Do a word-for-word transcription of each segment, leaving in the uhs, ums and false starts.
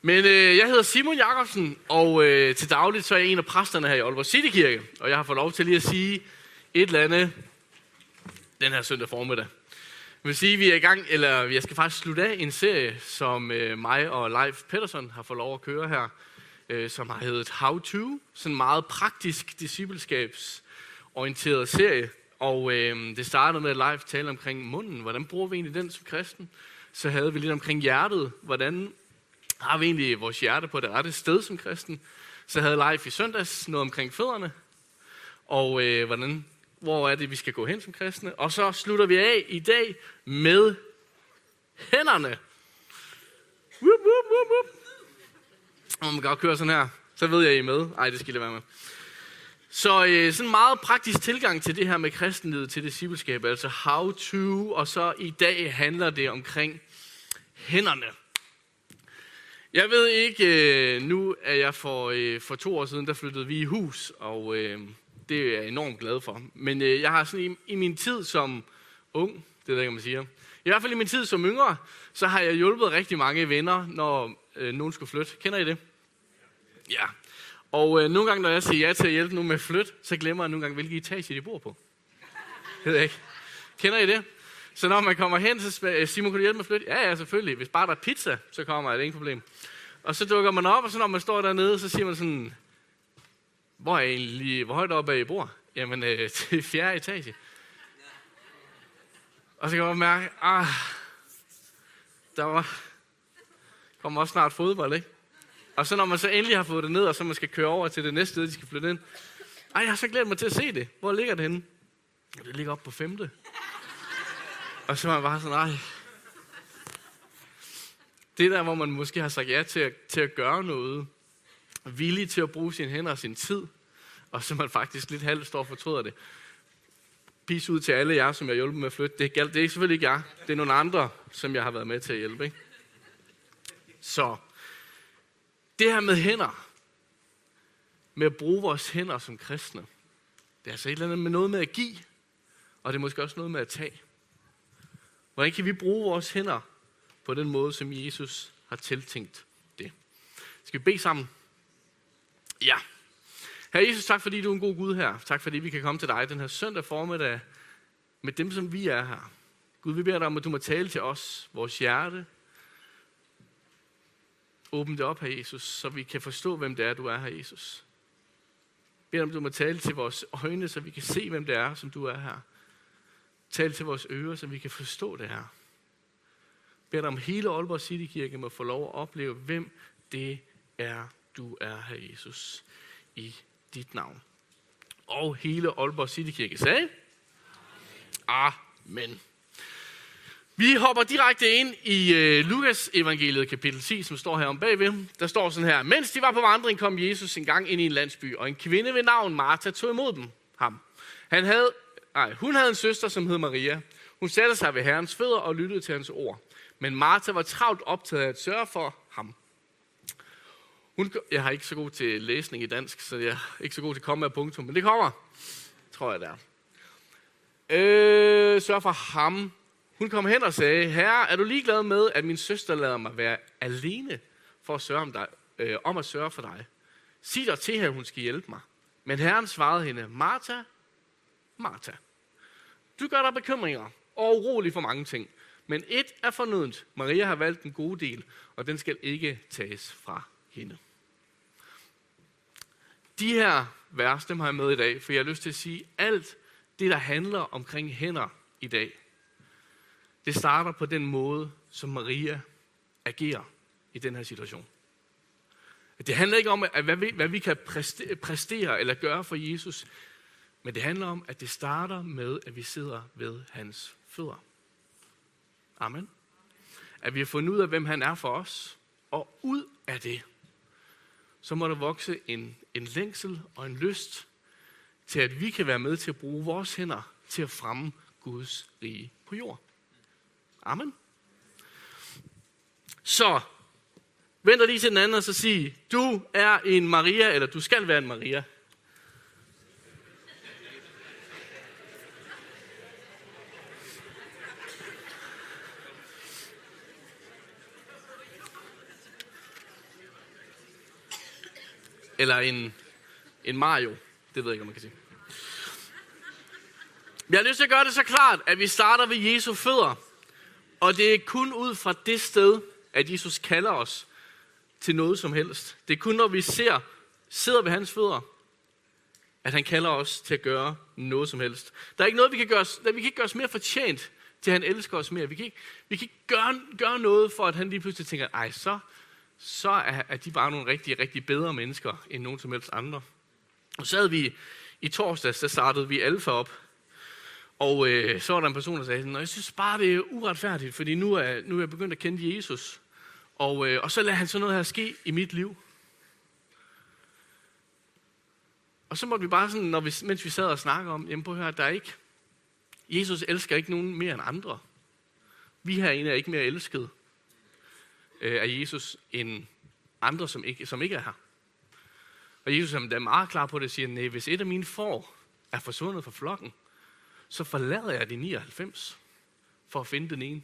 Men øh, jeg hedder Simon Jakobsen, og øh, til dagligt så er jeg en af præsterne her i Aalborg City Kirke. Og jeg har fået lov til lige at sige et eller andet den her søndag formiddag. Jeg vil sige, at vi er i gang, eller jeg skal faktisk slutte af en serie, som øh, mig og Leif Pettersson har fået lov at køre her, øh, som har heddet How To. Sådan en meget praktisk discipleskabsorienteret serie. Og øh, det startede med, at Leif talte omkring munden. Hvordan bruger vi egentlig den som kristen? Så havde vi lidt omkring hjertet. Hvordan har vi egentlig vores hjerte på det rette sted som kristen? Så havde Leif i søndags noget omkring fødderne. Og øh, hvordan, hvor er det, vi skal gå hen som kristne? Og så slutter vi af i dag med hænderne. Whoop, whoop, whoop, whoop. Og man kan godt køre sådan her. Så ved jeg, I er med. Ej, det skal jeg være med. Så øh, sådan en meget praktisk tilgang til det her med kristenlivet, til discipleskab, altså how to, og så i dag handler det omkring hænderne. Jeg ved ikke, øh, nu er jeg for, øh, for to år siden, der flyttede vi i hus, og øh, det er jeg enormt glad for. Men øh, jeg har sådan i, i min tid som ung, det er det, man siger, i hvert fald i min tid som yngre, så har jeg hjulpet rigtig mange venner, når øh, nogen skulle flytte. Kender I det? Ja. Og øh, nogle gange, når jeg siger ja til at hjælpe nogen med at flytte, så glemmer jeg nogle gange, hvilke etage de bor på. Det ved jeg ikke. Kender I det? Så når man kommer hen, så spørger Simon, kan du hjælpe med at flytte? Ja, ja, selvfølgelig. Hvis bare der er pizza, så kommer jeg, det er ingen problem. Og så dukker man op, og så når man står dernede, så siger man sådan, hvor er I egentlig, hvor højt oppe er I bor? Jamen, øh, til fjerde etage. Og så kan man mærke, ah, der var, kommer også snart fodbold, ikke? Og så når man så endelig har fået det ned, og så man skal køre over til det næste sted, de skal flytte ind. Ej, jeg har så glædet mig til at se det. Hvor ligger det henne? Det ligger oppe på femte. Og så er man bare sådan, ej. Det der, hvor man måske har sagt ja til at, til at gøre noget, villig til at bruge sine hænder og sin tid, og så man faktisk lidt halvt står og fortryder det. Pis ud til alle jer, som jeg har hjulpet med at flytte. Det er, det er selvfølgelig ikke jeg. Det er nogle andre, som jeg har været med til at hjælpe. Ikke? Så det her med hænder, med at bruge vores hænder som kristne, det er altså et eller andet med noget med at give, og det er måske også noget med at tage. Hvordan kan vi bruge vores hænder på den måde, som Jesus har tiltænkt det? Skal vi bede sammen? Ja. Herre Jesus, tak fordi du er en god Gud her. Tak fordi vi kan komme til dig den her søndag formiddag med dem, som vi er her. Gud, vi beder dig om, at du må tale til os, vores hjerte. Åbn det op, Herre Jesus, så vi kan forstå, hvem det er, du er, Herre Jesus. Jeg beder dig om, at du må tale til vores øjne, så vi kan se, hvem det er, som du er her. Tal til vores ører, så vi kan forstå det her. Jeg beder dig om, hele Aalborg City Kirke må få lov at opleve, hvem det er, du er, Herre Jesus, i dit navn. Og hele Aalborg City Kirke sagde, Amen. Vi hopper direkte ind i uh, Lukas evangeliet kapitel ti, som står her om bagved. Der står sådan her, mens de var på vandring, kom Jesus en gang ind i en landsby, og en kvinde ved navn Martha tog imod dem, ham. Han havde Nej, hun havde en søster, som hed Maria. Hun satte sig ved Herrens fødder og lyttede til hans ord. Men Martha var travlt optaget af at sørge for ham. Hun, jeg har ikke så god til læsning i dansk, så jeg er ikke så god til komma og punktum, men det kommer, tror jeg der. Øh, sørg for ham. Hun kom hen og sagde, Herre, er du ligeglad med, at min søster lader mig være alene for at sørge om, dig, øh, om at sørge for dig? Sig dig til hende, at hun skal hjælpe mig. Men Herren svarede hende, Martha, Martha, du gør dig bekymringer og urolig for mange ting, men et er fornødent. Maria har valgt en god del, og den skal ikke tages fra hende. De her vers, dem har jeg med i dag, for jeg har lyst til at sige, alt det, der handler omkring hænder i dag, det starter på den måde, som Maria agerer i den her situation. Det handler ikke om, at hvad vi, hvad vi kan præstere eller gøre for Jesus, men det handler om, at det starter med, at vi sidder ved hans fødder. Amen. At vi har fundet ud af, hvem han er for os. Og ud af det, så må der vokse en, en længsel og en lyst til, at vi kan være med til at bruge vores hænder til at fremme Guds rige på jord. Amen. Så, vent lige til den anden og så sig, du er en Maria, eller du skal være en Maria. Eller en, en Mario. Det ved jeg ikke, om man kan sige. Jeg har lyst til at gøre det så klart, at vi starter ved Jesu fødder. Og det er kun ud fra det sted, at Jesus kalder os til noget som helst. Det er kun, når vi ser, sidder ved hans fødder, at han kalder os til at gøre noget som helst. Der er ikke noget, vi kan gøre os, vi kan ikke gøre os mere fortjent til, at han elsker os mere. Vi kan ikke, vi kan ikke gøre, gøre noget for, at han lige pludselig tænker, ej, så, så er, er de bare nogle rigtig, rigtig bedre mennesker, end nogen som helst andre. Og så havde vi i torsdags, der startede vi Alfa op. Og øh, så var der en person, der sagde, jeg synes bare, det er uretfærdigt, fordi nu er, nu er jeg begyndt at kende Jesus. Og, øh, og så lader han sådan noget her ske i mit liv. Og så måtte vi bare sådan, når vi, mens vi sad og snakkede om, jamen prøv at høre, der er ikke, Jesus elsker ikke nogen mere end andre. Vi herinde er ikke mere elsket øh, af Jesus end andre, som ikke, som ikke er her. Og Jesus er meget klar på det og siger, nej, hvis et af mine får er forsvundet fra flokken, så forlader jeg de nioghalvfems for at finde den ene.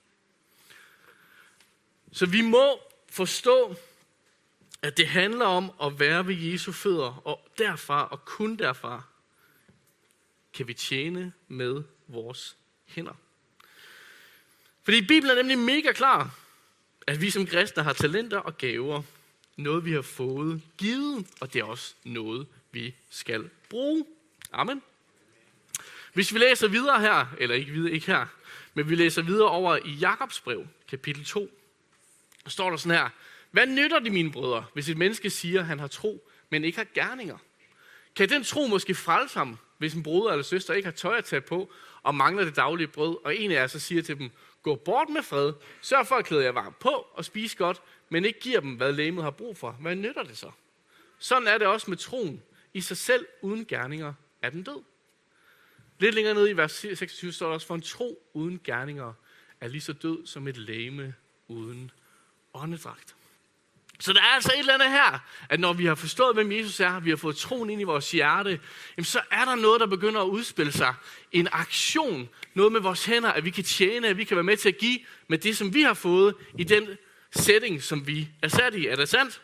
Så vi må forstå, at det handler om at være ved Jesu fødder, og derfra og kun derfra kan vi tjene med vores hænder. Fordi Bibelen er nemlig mega klar, at vi som kristne har talenter og gaver, noget vi har fået givet, og det er også noget, vi skal bruge. Amen. Hvis vi læser videre her, eller ikke videre, ikke her, men vi læser videre over i Jakobs brev, kapitel to, der står der sådan her, hvad nytter det, mine brødre, hvis et menneske siger, at han har tro, men ikke har gerninger? Kan den tro måske frelse ham, hvis en broder eller søster ikke har tøj at tage på, og mangler det daglige brød, og en af jer så siger til dem, gå bort med fred, sørg for at klæde jer varmt på og spise godt, men ikke giver dem, hvad legemet har brug for. Hvad nytter det så? Sådan er det også med troen. I sig selv uden gerninger er den død. Lidt længere nede i vers seksogtyve står der også, for en tro uden gerninger er lige så død som et legeme uden åndedragt. Så der er altså et eller andet her, at når vi har forstået, hvem Jesus er, vi har fået troen ind i vores hjerte, jamen så er der noget, der begynder at udspille sig. En aktion, noget med vores hænder, at vi kan tjene, at vi kan være med til at give med det, som vi har fået i den setting, som vi er sat i. Er det sandt?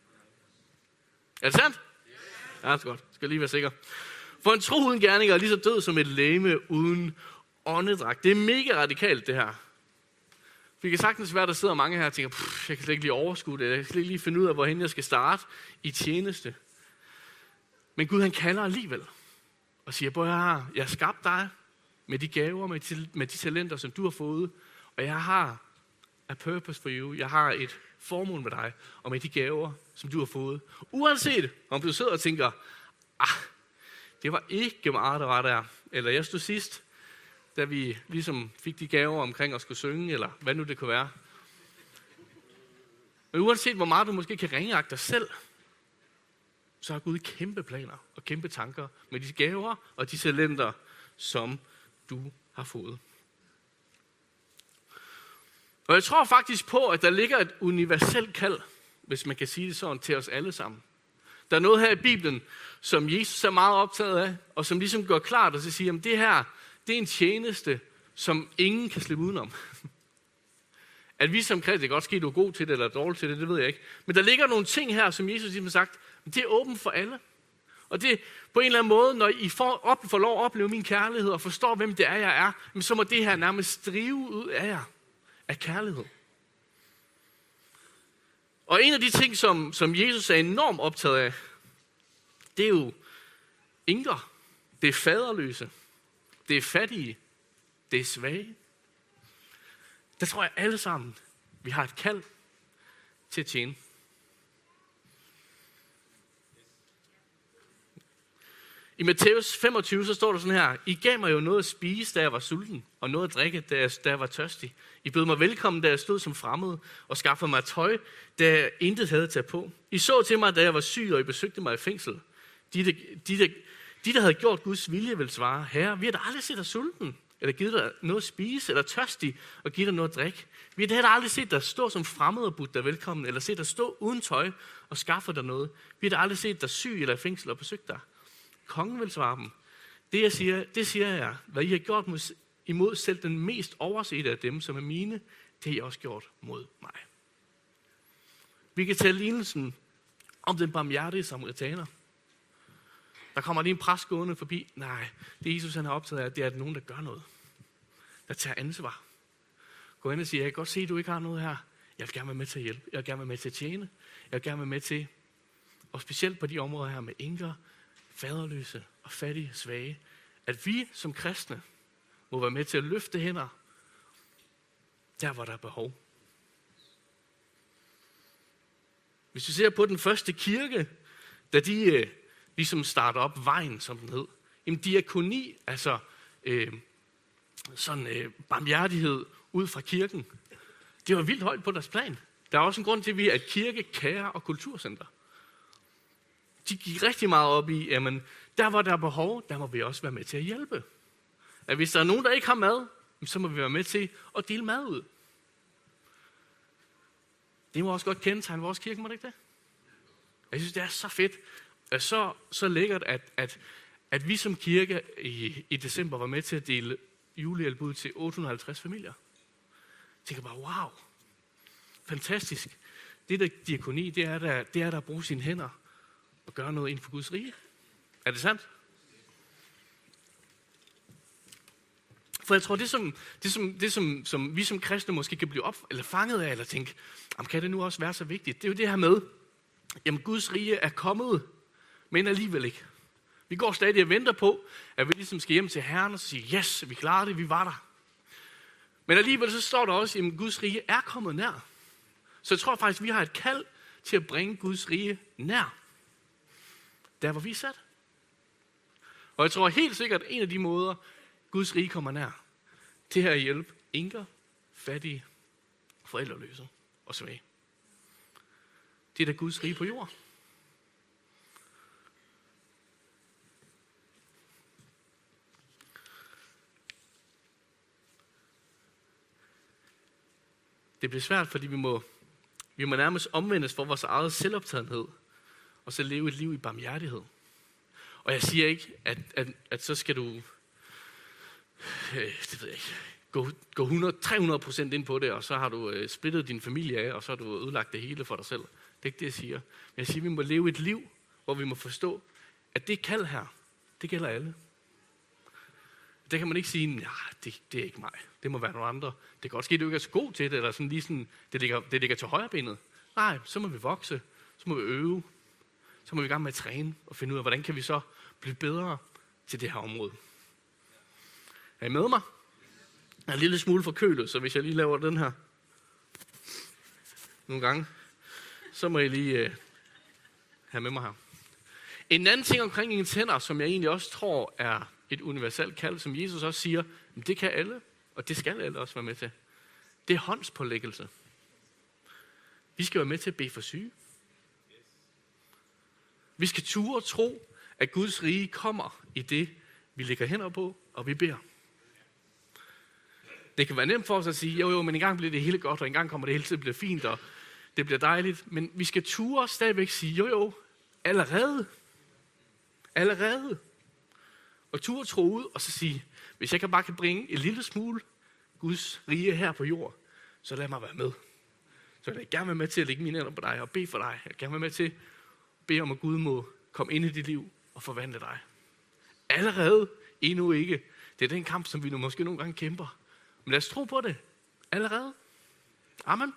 Er det sandt? Ja, det er godt. Skal lige være sikker. For en tro uden gerninger er lige så død som et legeme uden åndedragt. Det er mega radikalt, det her. Vi kan sagtens være, der sidder mange her og tænker, jeg kan slet ikke lige overskue det, jeg kan slet ikke lige finde ud af, hvorhen jeg skal starte i tjeneste. Men Gud, han kalder alligevel og siger, prøv her, jeg har skabt dig med de gaver, med de, med de talenter, som du har fået, og jeg har a purpose for you, jeg har et formål med dig, og med de gaver, som du har fået. Uanset om du sidder og tænker, ah, det var ikke meget, der var der, eller jeg stod sidst, da vi ligesom fik de gaver omkring at skulle synge, eller hvad nu det kunne være. Men uanset hvor meget du måske kan ringeagte dig selv, så har Gud kæmpe planer og kæmpe tanker med de gaver og de talenter, som du har fået. Og jeg tror faktisk på, at der ligger et universelt kald, hvis man kan sige det sådan, til os alle sammen. Der er noget her i Bibelen, som Jesus er meget optaget af, og som ligesom går klart og så siger, at det her, det er en tjeneste, som ingen kan slippe udenom. At vi som kristne, det kan godt ske, du er god til det eller dårlig til det, det ved jeg ikke. Men der ligger nogle ting her, som Jesus ligesom har sagt, det er åbent for alle. Og det på en eller anden måde, når I får, op, får lov at opleve min kærlighed og forstår, hvem det er, jeg er, så må det her nærmest drive ud af jer af kærlighed. Og en af de ting, som, som Jesus er enormt optaget af, det er jo enker. Det er faderløse. Det er fattige. Det er svage. Der tror jeg alle sammen, vi har et kald til at tjene. I Matthæus femogtyve, så står der sådan her, I gav mig jo noget at spise, da jeg var sulten, og noget at drikke, da jeg, da jeg var tørstig. I bød mig velkommen, da jeg stod som fremmed, og skaffede mig tøj, da jeg intet havde at tage på. I så til mig, da jeg var syg, og I besøgte mig i fængsel. De, de, de, de der havde gjort Guds vilje, vil svare, Herre, vi har da aldrig set dig sulten, eller givet dig noget at spise, eller tørstig, og givet dig noget at drikke. Vi har da aldrig set dig stå som fremmed og budt dig velkommen, eller set dig stå uden tøj og skaffe dig noget. Vi har da aldrig set dig syg eller i fængsel og besøgt dig. Kongen vil svare dem. Det, jeg siger, det siger jeg, hvad I har gjort mod, imod selv den mest oversete af dem, som er mine, det har I også gjort mod mig. Vi kan tage lignelsen om den barmhjertige samaritaner. Der kommer lige en præst gående forbi. Nej, det Jesus han er optaget af, det er, at nogen, der gør noget. Der tager ansvar. Gå ind og siger, jeg kan godt se, at du ikke har noget her. Jeg vil gerne være med til at hjælpe. Jeg vil gerne være med til at tjene. Jeg vil gerne være med til, og specielt på de områder her med enker, faderløse og fattige, svage, at vi som kristne må være med til at løfte hænder, der hvor der er behov. Hvis vi ser på den første kirke, da de øh, ligesom starter op vejen, som den hed, jamen diakoni, altså øh, sådan øh, barmhjertighed ud fra kirken, det var vildt højt på deres plan. Der er også en grund til, at vi er et kirke-, kære- og kulturcenter. De gik rigtig meget op i, jamen, der hvor der er behov, der må vi også være med til at hjælpe. At hvis der er nogen, der ikke har mad, så må vi være med til at dele mad ud. Det må også godt kendetegne vores kirke, må det ikke det? Jeg synes, det er så fedt, så, så lækkert, at, at, at vi som kirke i, i december var med til at dele julehjælp ud til otte hundrede og halvtreds familier. Jeg tænker bare, wow, fantastisk. Det der diakoni, det er der, det er der at bruge sine hænder og gøre noget inden for Guds rige. Er det sandt? For jeg tror, det som, det som, det som, som vi som kristne måske kan blive op, eller fanget af, eller tænke, kan det nu også være så vigtigt? Det er jo det her med, jamen Guds rige er kommet, men alligevel ikke. Vi går stadig og venter på, at vi ligesom skal hjem til Herren og sige, yes, vi klarede det, vi var der. Men alligevel så står der også, at Guds rige er kommet nær. Så jeg tror faktisk, vi har et kald til at bringe Guds rige nær. Der hvor vi er sat. Og jeg tror helt sikkert, at en af de måder, Guds rige kommer nær, det her at hjælpe enker, fattige, forældreløse og svage. Det er da Guds rige på jord. Det bliver svært, fordi vi må, vi må nærmest omvendes for vores eget selvoptagethed, og så leve et liv i barmhjertighed. Og jeg siger ikke, at, at, at så skal du øh, det ved jeg ikke, gå, gå hundrede, tre hundrede procent ind på det, og så har du øh, splittet din familie af, og så har du ødelagt det hele for dig selv. Det er ikke det, jeg siger. Men jeg siger, at vi må leve et liv, hvor vi må forstå, at det kald her, det gælder alle. Der kan man ikke sige, nej, det, det er ikke mig. Det må være nogle andre. Det kan godt ske, at du ikke er så god til det, eller sådan lige sådan, det ligger, det ligger til højre benet. Nej, så må vi vokse, så må vi øve, så må vi i gang med at træne og finde ud af, hvordan kan vi så blive bedre til det her område. Er I med mig? Jeg er en lille smule forkølet, så hvis jeg lige laver den her nogle gange, så må I lige øh, have med mig her. En anden ting omkring ens hænder, som jeg egentlig også tror er et universelt kald, som Jesus også siger, det kan alle, og det skal alle også være med til. Det er håndspålæggelse. Vi skal være med til at bede for syge. Vi skal ture og tro, at Guds rige kommer i det, vi lægger hænder på, og vi beder. Det kan være nemt for os at sige, jo jo, men en gang bliver det hele godt, og en gang kommer det hele til at blive fint, og det bliver dejligt. Men vi skal ture og stadigvæk sige, jo jo, allerede. Allerede. Og ture tro ud, og så sige, hvis jeg kan bare kan bringe en lille smule Guds rige her på jord, så lad mig være med. Så jeg vil gerne være med til at lægge mine hænder på dig og bede for dig. Jeg vil gerne være med til at bede om, at Gud må komme ind i dit liv og forvandle dig. Allerede, endnu ikke. Det er den kamp, som vi nu måske nogle gange kæmper. Men lad os tro på det. Allerede. Amen.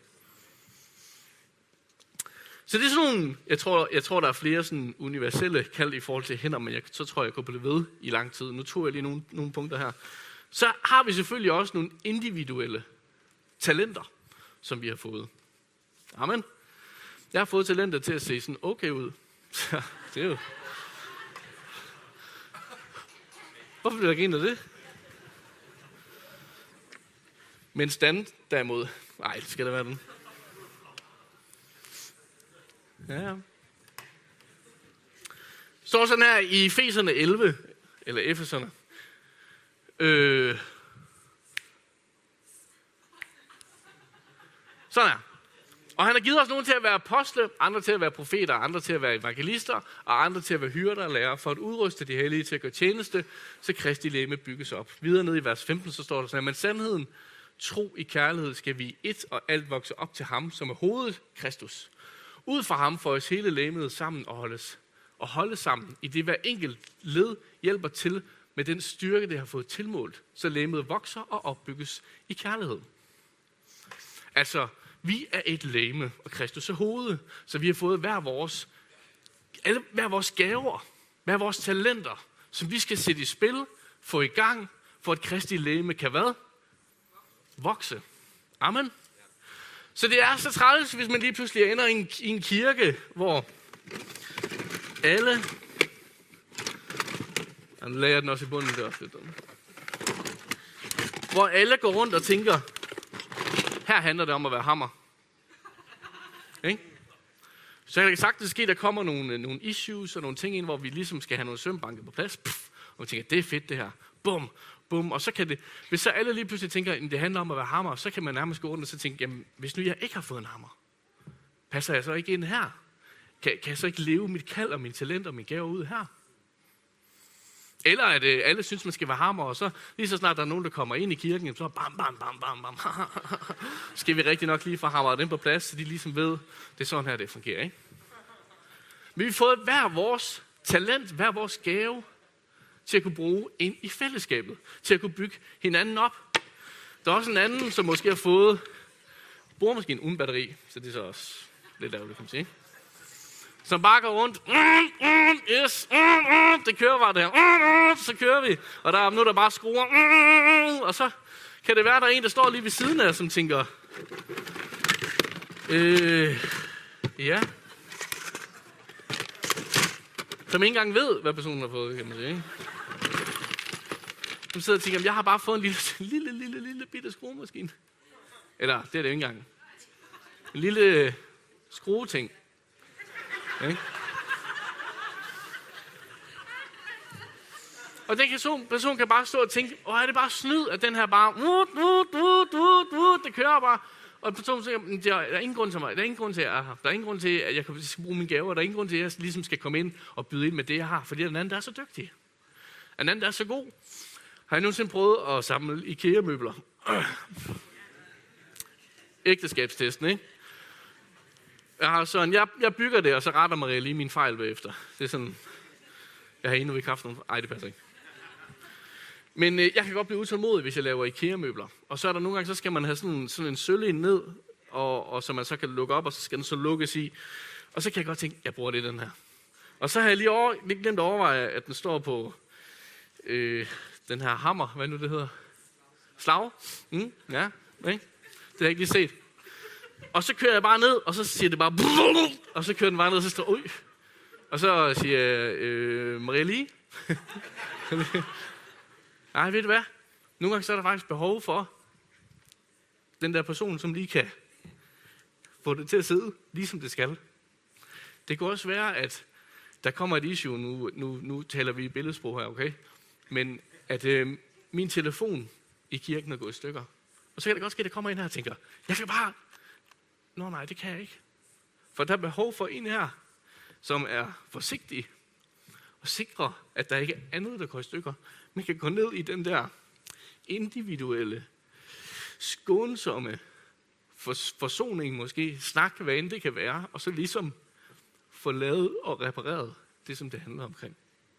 Så det er sådan nogle, jeg tror, jeg tror der er flere sådan universelle kald i forhold til hænder, men jeg, så tror jeg, jeg kunne blive ved i lang tid. Nu tog jeg lige nogle, nogle punkter her. Så har vi selvfølgelig også nogle individuelle talenter, som vi har fået. Amen. Jeg har fået talenter til at se sådan okay ud. Så det er jo... Hvorfor bliver der ikke en af det? Men stand derimod, nej, det skal der være den. Ja, ja. Står sådan her i Efeserne elleve, eller Efeserne. Øh. Sådan her. Og han har givet os nogen til at være apostle, andre til at være profeter, andre til at være evangelister, og andre til at være hyrder og lærere, for at udruste de hellige til at gøre tjeneste, så Kristi legeme bygges op. Videre ned i vers femten, så står der sådan her, men sandheden, tro i kærlighed, skal vi i et og alt vokse op til ham, som er hovedet, Kristus. Ud fra ham får os hele legemet sammen og holdes og holde sammen, i det hver enkelt led hjælper til med den styrke, det har fået tilmålt, så legemet vokser og opbygges i kærlighed. Altså, vi er et legeme, og Kristus er hovedet, så vi har fået hver vores, alle, hver vores gaver, hver vores talenter, som vi skal sætte i spil, få i gang, for at Kristi legeme kan hvad? Vokse. Amen. Så det er så træls, hvis man lige pludselig ender i en, i en kirke, hvor alle... Nu lagde jeg den også i bunden, det er også lidt dumt. Hvor alle går rundt og tænker, her handler det om at være hammer. Ikke? Så jeg kan sagtens ske, at der kommer nogle, nogle issues og nogle ting ind, hvor vi ligesom skal have nogle sømbanker på plads. Puff, og vi tænker, det er fedt det her. Bum, bum. Og så kan det, hvis så alle lige pludselig tænker, at det handler om at være hammer, så kan man nærmest gå rundt og så tænke, jamen, hvis nu jeg ikke har fået en hammer, passer jeg så ikke ind her? Kan, kan jeg så ikke leve mit kald og mine talenter og mine gaver ud her? Eller at øh, alle synes, man skal være hammer, og så lige så snart der er nogen, der kommer ind i kirken, så bam, bam, bam, bam, bam. Skal vi rigtig nok lige få hamret dem på plads, så de ligesom ved, det er sådan her, det fungerer, ikke? Men vi har fået hver vores talent, hver vores gave, til at kunne bruge ind i fællesskabet, til at kunne bygge hinanden op. Der er også en anden, som måske har fået boremaskinen uden batteri, så det er så også lidt ærgerligt, kan man sige. Som bare går rundt, mm, mm, yes, mm, mm, det kører bare der, mm, mm, så kører vi, og der er nu der bare skruer, mm, mm, og så kan det være, der er en, der står lige ved siden af, som tænker, øh, ja, som ikke engang ved, hvad personen har fået, kan man sige, ikke? Som sidder og tænker, jeg har bare fået en lille, lille, lille, lille bitte skruemaskine. Eller, det er det jo ikke engang. En lille skrueting. Okay. Og den person, person kan bare stå og tænke, åh, er det bare snyd, at den her bare, uh, uh, uh, uh, uh, det kører bare. Og personen siger, der er ingen grund til mig, der er ingen grund til, at jeg er her. Der er ingen grund til, at jeg kan bruge mine gaver. Der er ingen grund til, at jeg ligesom skal komme ind og byde ind med det, jeg har. Fordi den anden, der er så dygtig. Den anden, der er så god. Har jeg nogensinde prøvet at samle IKEA-møbler? Ægteskabstesten, ikke? Jeg har sådan, jeg, jeg bygger det, og så retter Maria lige min fejl bagefter. Det er sådan, jeg har endnu ikke haft nogen, ej, det passer ikke. Men øh, jeg kan godt blive utålmodig, hvis jeg laver IKEA-møbler. Og så er der nogle gange, så skal man have sådan, sådan en sølle ind ned, og, og så man så kan lukke op, og så skal den så lukkes i. Og så kan jeg godt tænke, jeg bruger det den her. Og så har jeg lige, over, lige glemt at overveje, at den står på øh, den her hammer, hvad nu det hedder? Slag? Mm, ja, ikke? Det har jeg ikke lige set. Og så kører jeg bare ned, og så siger det bare, og så kører den bare ned, og så står, ui. Og så siger jeg, øh, Maria lige. Nej, ved du hvad? Nogle gange så er der faktisk behov for den der person, som lige kan få det til at sidde, ligesom det skal. Det kan også være, at der kommer et issue, nu, nu, nu taler vi i billedsprog her, okay? Men at øh, min telefon i kirken er gået i stykker. Og så kan det godt ske, at der kommer en her og tænker, jeg skal bare... Nå nej, det kan jeg ikke. For der er behov for en her, som er forsigtig og sikrer, at der ikke er andet, der går i stykker. Man kan gå ned i den der individuelle, skånsomme forsoning måske, snak, hvad end det kan være, og så ligesom få lavet og repareret det, som det handler omkring.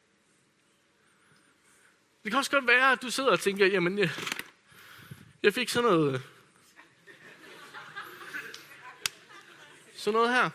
Det kan også godt være, at du sidder og tænker, jamen, jeg, jeg fik sådan noget, sådan noget her.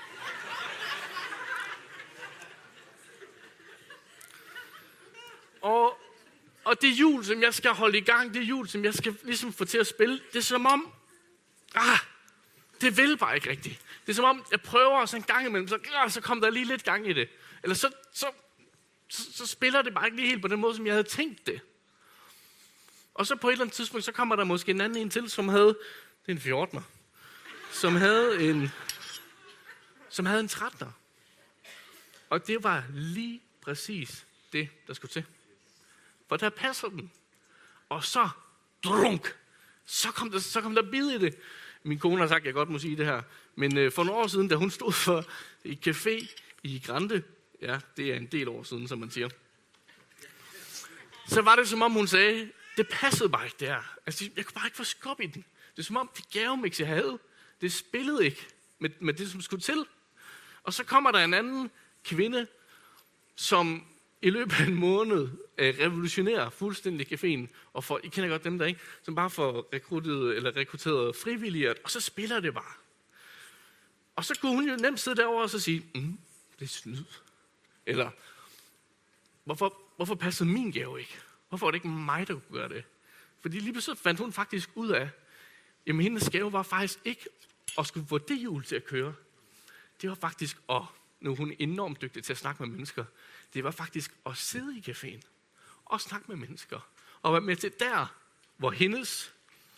Og, og det jul, som jeg skal holde i gang, det jul, som jeg skal ligesom få til at spille, det er som om, ah, det vil bare ikke rigtigt. Det er som om, jeg prøver så en gang imellem, så, ah, så kommer der lige lidt gang i det. Eller så, så, så, så spiller det bare ikke lige helt på den måde, som jeg havde tænkt det. Og så på et eller andet tidspunkt, så kommer der måske en anden en til, som havde, det er en fjortener, som havde en, som havde en trettener. Og det var lige præcis det, der skulle til. For der passer den. Og så, drunk, så kom der, så kom der bid i det. Min kone har sagt, at jeg godt må sige det her. Men øh, for nogle år siden, da hun stod for et café i Grande, ja, det er en del år siden, som man siger, så var det som om hun sagde, det passede bare ikke der. Altså, jeg kunne bare ikke få skub i den. Det er som om, det gavemix, jeg havde, det spillede ikke med, med det, som skulle til. Og så kommer der en anden kvinde, som i løbet af en måned øh, revolutionerer fuldstændig caféen, og får, I kender godt dem der, ikke? Som bare får rekrutteret, eller rekrutteret frivillige, og så spiller det bare. Og så kunne hun jo nemt sidde derovre og så sige, mm, det er snyd. Eller, hvorfor, hvorfor passede min gave ikke? Hvorfor var det ikke mig, der kunne gøre det? Fordi lige pludselig fandt hun faktisk ud af, jamen hendes gave var faktisk ikke at skulle få det hjul til at køre. Det var faktisk, og nu er hun enormt dygtig til at snakke med mennesker, det var faktisk at sidde i caféen og snakke med mennesker. Og være med til der, hvor hendes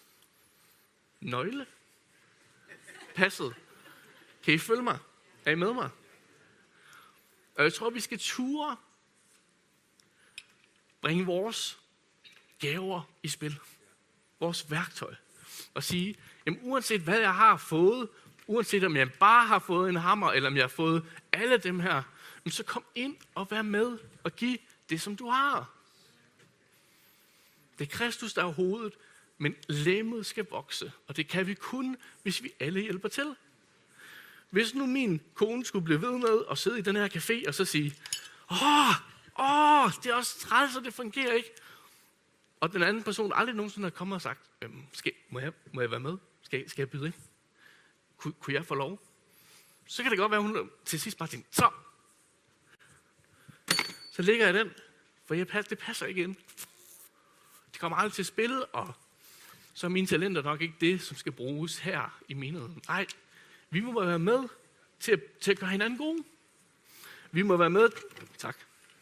nøgle passede. Kan I følge mig? Er I med mig? Og jeg tror, vi skal ture bringe vores gaver i spil. Vores værktøj. Og sige, jamen uanset hvad jeg har fået, uanset om jeg bare har fået en hammer, eller om jeg har fået alle dem her, så kom ind og vær med og giv det, som du har. Det er Kristus, der er hovedet, men legemet skal vokse. Og det kan vi kun, hvis vi alle hjælper til. Hvis nu min kone skulle blive ved med at sidde i den her café og så sige, åh, åh, det er også træls, så det fungerer ikke. Og den anden person aldrig nogensinde har kommet og sagt, øhm, skal, må, jeg, må jeg være med? Skal, skal jeg byde ind? Kun, kunne jeg få lov? Så kan det godt være, at hun til sidst bare tænker, så. Så ligger jeg den, for jeg passer, det passer ikke ind. Det kommer aldrig til spillet, og så er mine talenter nok ikke det, som skal bruges her i menigheden. Nej, vi må være med til at, til at gøre hinanden gode. Vi må være med... Tak.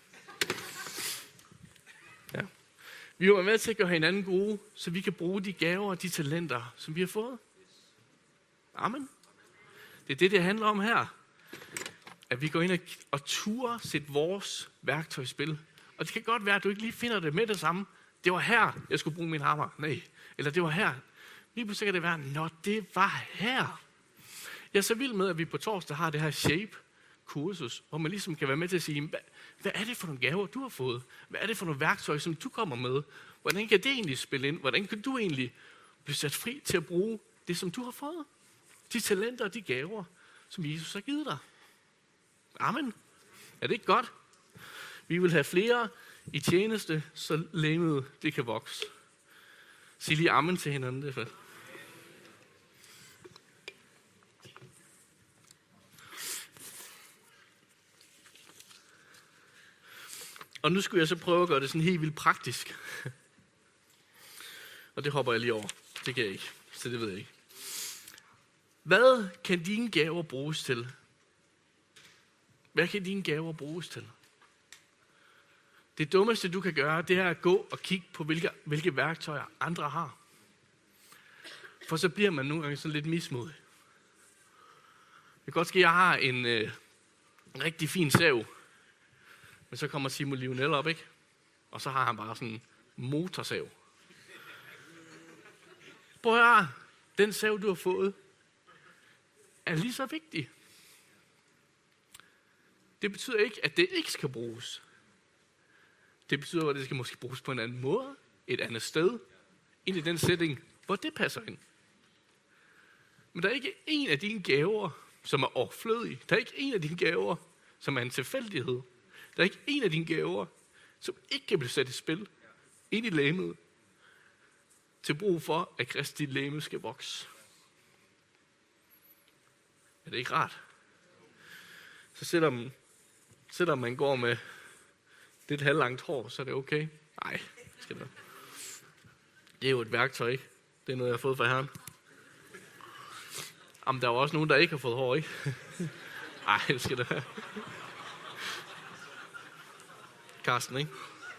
Ja. Vi må være med til at gøre hinanden gode, så vi kan bruge de gaver og de talenter, som vi har fået. Amen. Det er det, det handler om her. At vi går ind og, og turer sætte vores værktøj i spil. Og det kan godt være, at du ikke lige finder det med det samme. Det var her, jeg skulle bruge min hammer. Nej. Eller det var her. Lige pludselig kan det være, når det var her. Jeg er så vild med, at vi på torsdag har det her shape-kursus, hvor man ligesom kan være med til at sige, hvad, hvad er det for nogle gaver, du har fået? Hvad er det for nogle værktøj, som du kommer med? Hvordan kan det egentlig spille ind? Hvordan kan du egentlig blive sat fri til at bruge det, som du har fået? De talenter og de gaver, som Jesus har givet dig. Amen. Er det ikke godt? Vi vil have flere i tjeneste, så legemet det kan vokse. Sig lige amen til hinanden, det er fedt. Og nu skulle jeg så prøve at gøre det sådan helt vildt praktisk. Og det hopper jeg lige over. Det kan jeg ikke, så det ved jeg ikke. Hvad kan dine gaver bruges til? Hvad kan dine gaver bruges til? Det dummeste, du kan gøre, det er at gå og kigge på, hvilke, hvilke værktøjer andre har. For så bliver man nogle gange sådan lidt mismodig. Det kan godt ske, at jeg har en øh, rigtig fin sav. Men så kommer Simon Lionel op, ikke? Og så har han bare sådan en motorsav. Prøv at høre, den sav, du har fået, er lige så vigtig. Det betyder ikke, at det ikke skal bruges. Det betyder, at det skal måske bruges på en anden måde, et andet sted, ind i den setting, hvor det passer ind. Men der er ikke en af dine gaver, som er overflødig. Der er ikke en af dine gaver, som er en tilfældighed. Der er ikke en af dine gaver, som ikke kan blive sat i spil ind i legemet, til brug for, at Kristi legeme skal vokse. Er det ikke rart? Så selvom, selvom man går med lidt halvlangt hår, så er det okay. Nej, skal det. Det er jo et værktøj, ikke? Det er noget, jeg har fået fra Herren. Jamen, der er jo også nogen, der ikke har fået hår, ikke? Nej, det skal det være. Karsten, ikke?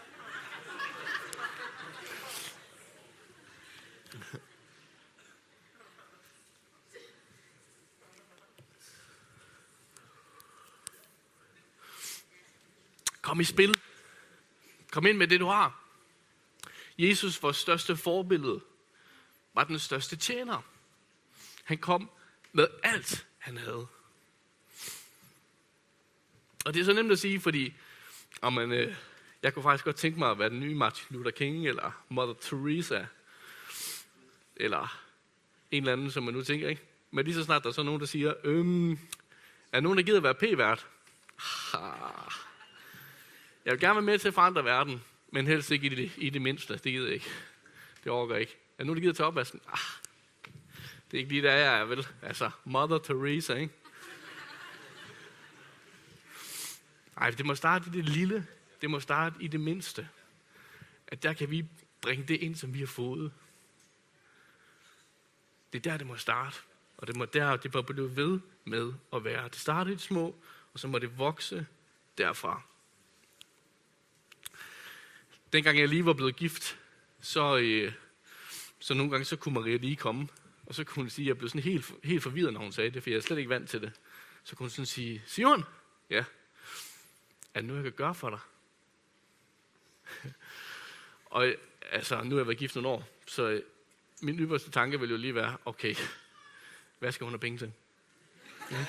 Kom i spil. Kom ind med det, du har. Jesus, vores største forbillede, var den største tjener. Han kom med alt, han havde. Og det er så nemt at sige, fordi om man, øh, jeg kunne faktisk godt tænke mig at være den nye Martin Luther King, eller Mother Teresa, eller en eller anden, som man nu tænker, ikke? Men lige så snart der er så nogen, der siger, øhm, er der nogen, der gider være p-vært? Ah. Jeg vil gerne være med til at forandre verden, men helst ikke i det, i det mindste. Det gider jeg ikke. Det overgår jeg ikke. Er der nogen, der gider tage opvasken? Ah. Det er ikke lige der, jeg er, vel? Altså, Mother Teresa, ikke? Nej, det må starte i det lille. Det må starte i det mindste. At der kan vi bringe det ind, som vi har fået. Det er der, det må starte. Og det må der, det må blive ved med at være. Det starter i det små, og så må det vokse derfra. Dengang jeg lige var blevet gift, så, øh, så nogle gange så kunne Maria lige komme. Og så kunne hun sige, at jeg blev sådan helt, helt forvirret, når hun sagde det, for jeg er slet ikke vant til det. Så kunne hun sådan sige, Simon, ja, er det noget, jeg kan gøre for dig? Og altså, nu har jeg været gift nogle år, så min ypperste tanke vil jo lige være, okay, hvad skal hun have penge til? Ja.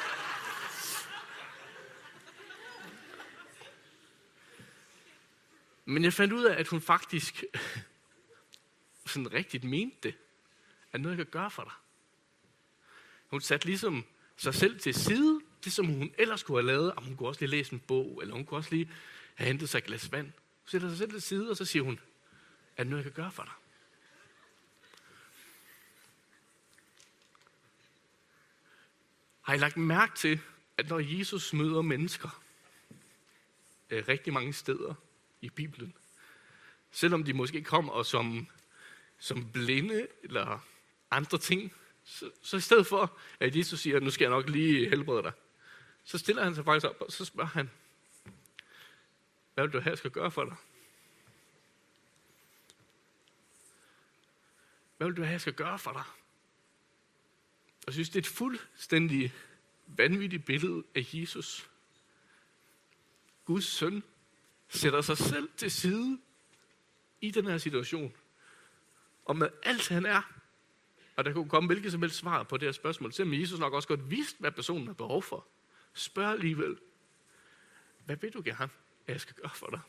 Men jeg fandt ud af, at hun faktisk sådan rigtigt mente det. Er noget, jeg kan gøre for dig? Hun satte ligesom sig selv til side, det som hun ellers kunne have lavet. Hun kunne også lige læse en bog, eller hun kunne også lige have hentet sig et glas vand. Hun sætter sig selv til side, og så siger hun, er det noget, jeg kan gøre for dig? Har I lagt mærke til, at når Jesus møder mennesker øh, rigtig mange steder i Bibelen, selvom de måske kommer som, som blinde eller andre ting, så, så i stedet for, at Jesus siger, nu skal jeg nok lige helbrede dig, så stiller han sig faktisk op, og så spørger han, hvad vil du have, jeg skal gøre for dig? Hvad vil du have, jeg skal gøre for dig? Og jeg synes, det er et fuldstændig vanvittigt billede af Jesus. Guds søn sætter sig selv til side i den her situation. Og med alt han er, og der kunne komme hvilket som helst svar på det her spørgsmål, selvom Jesus nok også godt vidste, hvad personen har behov for. Spørg alligevel, hvad vil du gerne, at jeg skal gøre for dig?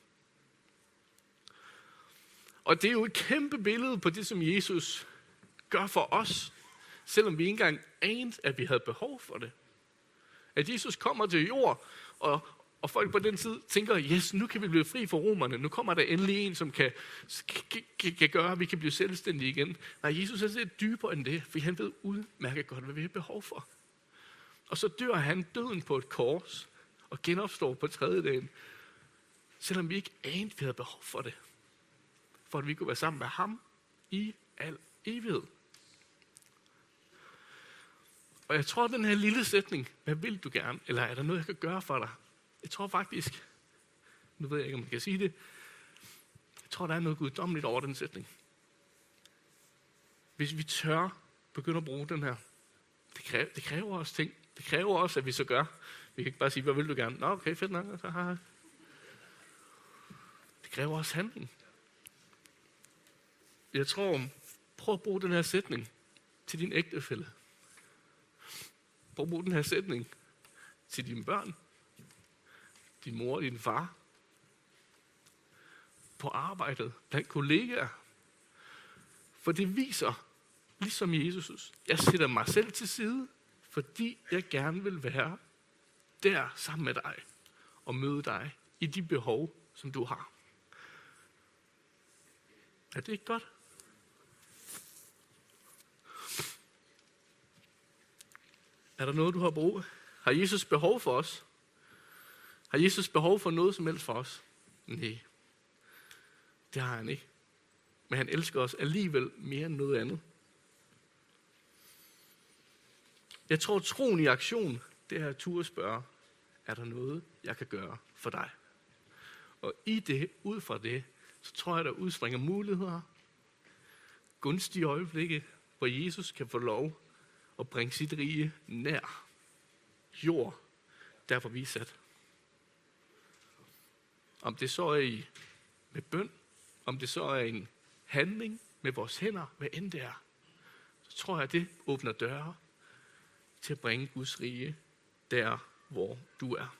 Og det er jo et kæmpe billede på det, som Jesus gør for os, selvom vi ikke engang anede, at vi havde behov for det. At Jesus kommer til jord, og, og folk på den tid tænker, yes, nu kan vi blive fri for romerne. Nu kommer der endelig en, som kan, kan, kan gøre, at vi kan blive selvstændige igen. Nej, Jesus er lidt dybere end det, for han ved udmærket godt, hvad vi har behov for. Og så dør han døden på et kors, og genopstår på tredje dagen, selvom vi ikke anede, at vi havde behov for det. For at vi kunne være sammen med ham i al evighed. Og jeg tror, at den her lille sætning, hvad vil du gerne, eller er der noget, jeg kan gøre for dig? Jeg tror faktisk, nu ved jeg ikke, om jeg kan sige det, jeg tror, der er noget guddommeligt over den sætning. Hvis vi tør begynde at bruge den her, det kræver, det kræver også ting. Det kræver også, at vi så gør. Vi kan ikke bare sige, hvad vil du gerne? Nå, okay, fedt nok. Så har jeg. Det kræver også handling. Jeg tror, prøv at bruge den her sætning til din ægtefælle. Prøv at bruge den her sætning til dine børn, din mor og din far, på arbejdet, blandt kollegaer. For det viser, ligesom Jesus, jeg sætter mig selv til side, fordi jeg gerne vil være der sammen med dig og møde dig i de behov, som du har. Er det ikke godt? Er der noget, du har brug? Har Jesus behov for os? Har Jesus behov for noget som helst for os? Nej, det har han ikke. Men han elsker os alligevel mere end noget andet. Jeg tror, troen i aktion, det er at turde spørge, er der noget, jeg kan gøre for dig? Og i det, ud fra det, så tror jeg, der udspringer muligheder, gunstige øjeblikke, hvor Jesus kan få lov at bringe sit rige nær jord, der hvor vi er sat. Om det så er i med bøn, om det så er en handling med vores hænder, hvad end det er, så tror jeg, at det åbner døre til at bringe Guds rige der, hvor du er.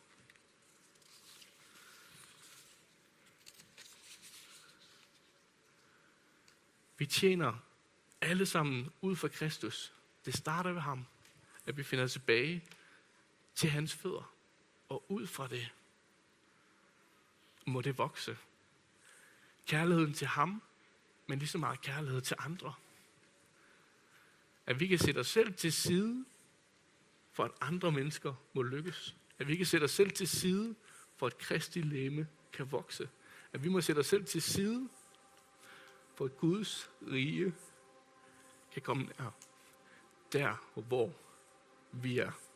Vi tjener alle sammen ud for Kristus, Det starter ved ham, at vi finder tilbage til hans fødder. Og ud fra det må det vokse. Kærligheden til ham, men lige så meget kærlighed til andre. At vi kan sætte os selv til side, for at andre mennesker må lykkes. At vi kan sætte os selv til side, for at Kristi legeme kan vokse. At vi må sætte os selv til side, for at Guds rige kan komme nær. Der, hvor vi er.